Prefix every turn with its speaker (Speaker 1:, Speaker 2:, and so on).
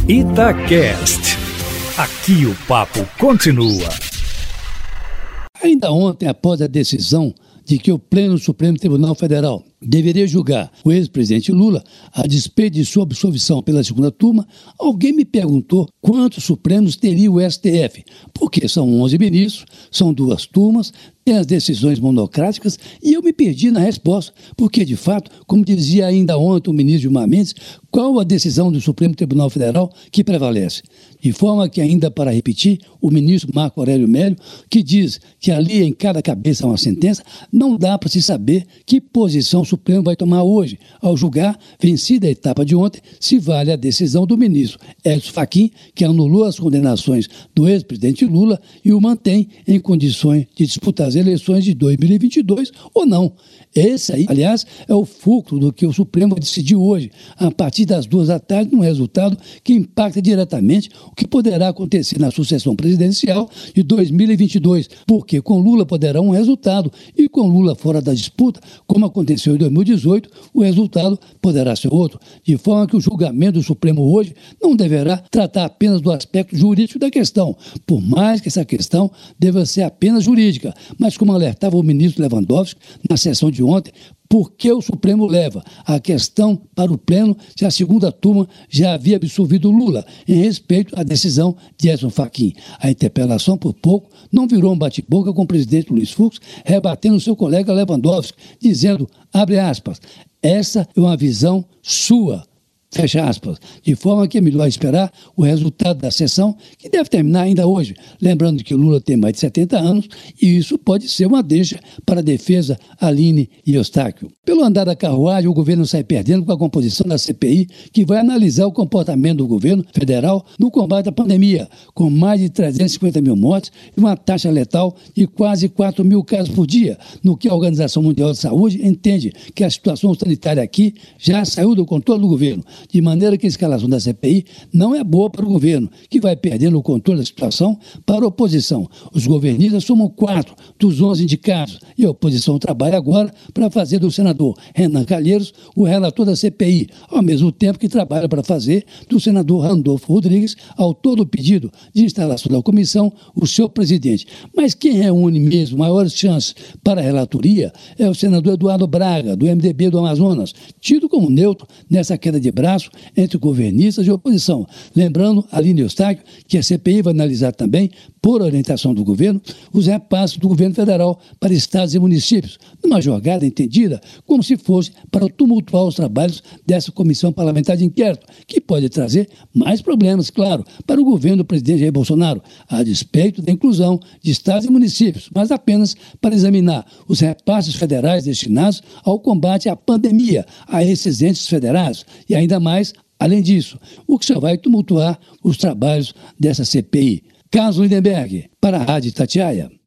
Speaker 1: Itacast. Aqui o papo continua.
Speaker 2: Ainda ontem, após a decisão de que o Pleno do Supremo Tribunal Federal deveria julgar o ex-presidente Lula a despeito de sua absolvição pela segunda turma, alguém me perguntou quantos Supremos teria o STF, porque são 11 ministros, são 2 turmas, tem as decisões monocráticas e eu me perdi na resposta, porque de fato, como dizia ainda ontem o ministro Gilmar Mendes, qual a decisão do Supremo Tribunal Federal que prevalece? De forma que, ainda para repetir, o ministro Marco Aurélio Mélio, que diz que ali em cada cabeça há uma sentença, não dá para se saber que posição o Supremo vai tomar hoje, ao julgar, vencida a etapa de ontem, se vale a decisão do ministro Edson Fachin, que anulou as condenações do ex-presidente Lula e o mantém em condições de disputar as eleições de 2022 ou não. Esse aí, aliás, é o fulcro do que o Supremo decidiu hoje, a partir das 2 da tarde, num resultado que impacta diretamente o que poderá acontecer na sucessão presidencial de 2022, porque com Lula poderá um resultado e com Lula fora da disputa, como aconteceu em 2018, o resultado poderá ser outro, de forma que o julgamento do Supremo hoje não deverá tratar apenas do aspecto jurídico da questão, por mais que essa questão deva ser apenas jurídica, mas como alertava o ministro Lewandowski na sessão de ontem, por que o Supremo leva a questão para o Pleno se a segunda turma já havia absolvido Lula em respeito à decisão de Edson Fachin? A interpelação, por pouco, não virou um bate-boca com o presidente Luiz Fux, rebatendo seu colega Lewandowski, dizendo, abre aspas, essa é uma visão sua, fecha aspas, de forma que é melhor esperar o resultado da sessão, que deve terminar ainda hoje. Lembrando que Lula tem mais de 70 anos e isso pode ser uma deixa para a defesa Aline e Eustáquio. Pelo andar da carruagem, o governo sai perdendo com a composição da CPI, que vai analisar o comportamento do governo federal no combate à pandemia, com mais de 350 mil mortes e uma taxa letal de quase 4 mil casos por dia, no que a Organização Mundial de Saúde entende que a situação sanitária aqui já saiu do controle do governo, de maneira que a escalação da CPI não é boa para o governo, que vai perdendo o controle da situação para a oposição. Os governistas somam 4 dos 11 indicados e a oposição trabalha agora para fazer do senador Renan Calheiros o relator da CPI, ao mesmo tempo que trabalha para fazer do senador Randolfo Rodrigues, autor do pedido de instalação da comissão, o seu presidente. Mas quem reúne mesmo maiores chances para a relatoria é o senador Eduardo Braga, do MDB do Amazonas, tido como neutro nessa queda de braço entre governistas e oposição. Lembrando, Aline Eustáquio, que a CPI vai analisar também, por orientação do governo, os repasses do governo federal para estados e municípios, numa jogada entendida como se fosse para tumultuar os trabalhos dessa comissão parlamentar de inquérito, que pode trazer mais problemas, claro, para o governo do presidente Jair Bolsonaro, a despeito da inclusão de estados e municípios, mas apenas para examinar os repasses federais destinados ao combate à pandemia, a esses entes federados, e ainda mais, além disso, o que só vai tumultuar os trabalhos dessa CPI. Carlos Lindenberg, para a Rádio Itatiaia.